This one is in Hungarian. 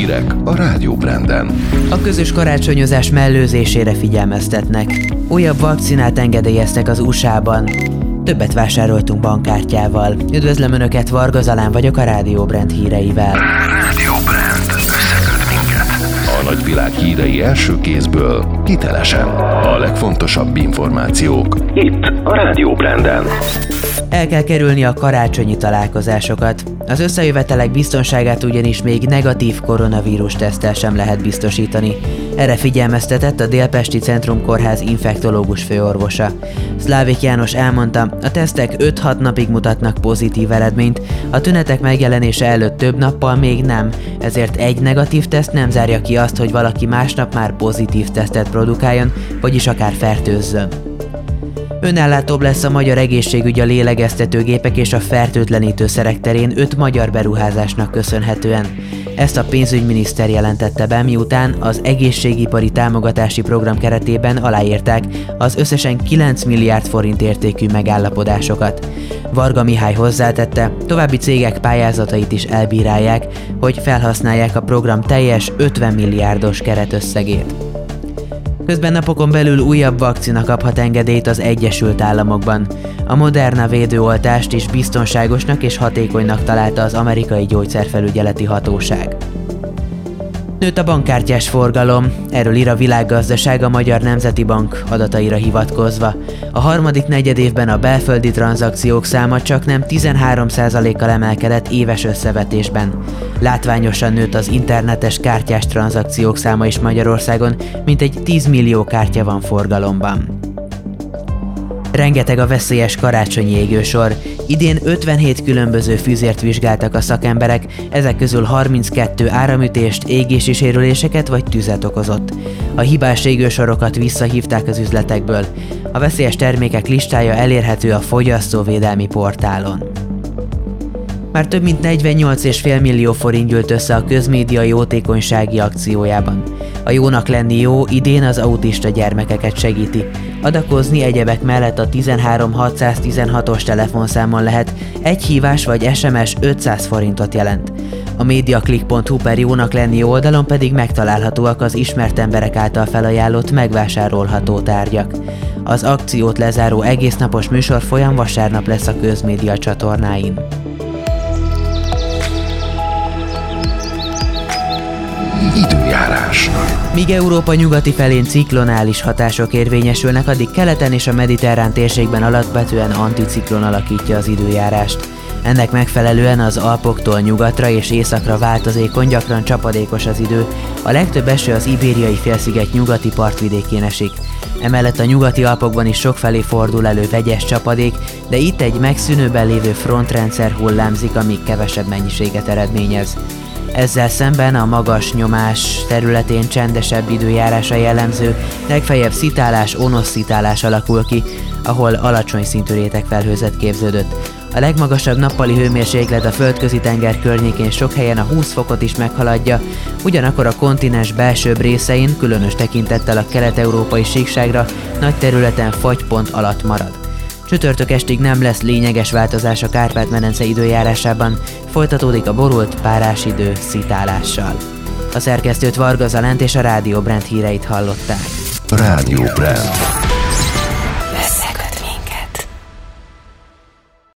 hírek a Rádió Branden. A közös karácsonyozás mellőzésére figyelmeztetnek. Újabb vakcinát engedélyeztek az USA-ban. Többet vásároltunk bankkártyával. Üdvözlöm Önöket, Varga Zalán vagyok a Rádió Brand híreivel. Rádió Brand. Összeköt minket. A nagyvilág hírei első kézből, hitelesen. A legfontosabb információk itt a Rádió Branden. El kell kerülni a karácsonyi találkozásokat. Az összejövetelek biztonságát ugyanis még negatív koronavírus teszttel sem lehet biztosítani. Erre figyelmeztetett a Délpesti Centrum Kórház infektológus főorvosa. Szlávik János elmondta, a tesztek 5-6 napig mutatnak pozitív eredményt, a tünetek megjelenése előtt több nappal még nem, ezért egy negatív teszt nem zárja ki azt, hogy valaki másnap már pozitív tesztet produkáljon, vagyis akár fertőzzön. Önellátóbb lesz a magyar egészségügy a lélegeztetőgépek és a fertőtlenítőszerek terén 5 magyar beruházásnak köszönhetően. Ezt a pénzügyminiszter jelentette be, miután az egészségipari támogatási program keretében aláírták az összesen 9 milliárd forint értékű megállapodásokat. Varga Mihály hozzátette, további cégek pályázatait is elbírálják, hogy felhasználják a program teljes 50 milliárdos keretösszegét. Közben napokon belül újabb vakcina kaphat engedélyt az Egyesült Államokban. A Moderna védőoltást is biztonságosnak és hatékonynak találta az amerikai gyógyszerfelügyeleti hatóság. Nőtt a bankkártyás forgalom, erről ír a Világgazdaság a Magyar Nemzeti Bank adataira hivatkozva. A harmadik negyedévben a belföldi tranzakciók száma csaknem 13%-kal emelkedett éves összevetésben. Látványosan nőtt az internetes kártyás tranzakciók száma is Magyarországon, mintegy 10 millió kártya van forgalomban. Rengeteg a veszélyes karácsonyi égősor. Idén 57 különböző fűzért vizsgáltak a szakemberek, ezek közül 32 áramütést, égési sérüléseket vagy tüzet okozott. A hibás égősorokat visszahívták az üzletekből. A veszélyes termékek listája elérhető a fogyasztóvédelmi portálon. Már több mint 48,5 millió forint gyűlt össze a közmédia jótékonysági akciójában. A Jónak lenni jó idén az autista gyermekeket segíti. Adakozni egyebek mellett a 13 616-os telefonszámon lehet, egy hívás vagy SMS 500 forintot jelent. A mediaclick.hu/Jónak lenni oldalon pedig megtalálhatóak az ismert emberek által felajánlott megvásárolható tárgyak. Az akciót lezáró egésznapos műsorfolyam vasárnap lesz a közmédia csatornáin. Időjárás. Míg Európa nyugati felén ciklonális hatások érvényesülnek, addig keleten és a mediterrán térségben alapvetően anticiklon alakítja az időjárást. Ennek megfelelően az Alpoktól nyugatra és északra változékony, gyakran csapadékos az idő, a legtöbb eső az Ibériai félsziget nyugati partvidékén esik. Emellett a nyugati Alpokban is sokfelé fordul elő vegyes csapadék, de itt egy megszűnőben lévő frontrendszer hullámzik, ami kevesebb mennyiséget eredményez. Ezzel szemben a magas nyomás területén csendesebb időjárása jellemző, legfeljebb szitálás-onoszszitálás alakul ki, ahol alacsony szintű rétegfelhőzet képződött. A legmagasabb nappali hőmérséklet a földközi tenger környékén sok helyen a 20 fokot is meghaladja, ugyanakkor a kontinens belsőbb részein, különös tekintettel a kelet-európai síkságra, nagy területen fagypont alatt marad. Csütörtök estig nem lesz lényeges változás a Kárpát-medence időjárásában, folytatódik a borult párás idő szitálással. A szerkesztőt Varga Zalánt és a Rádió Brand híreit hallották. Rádió Brand.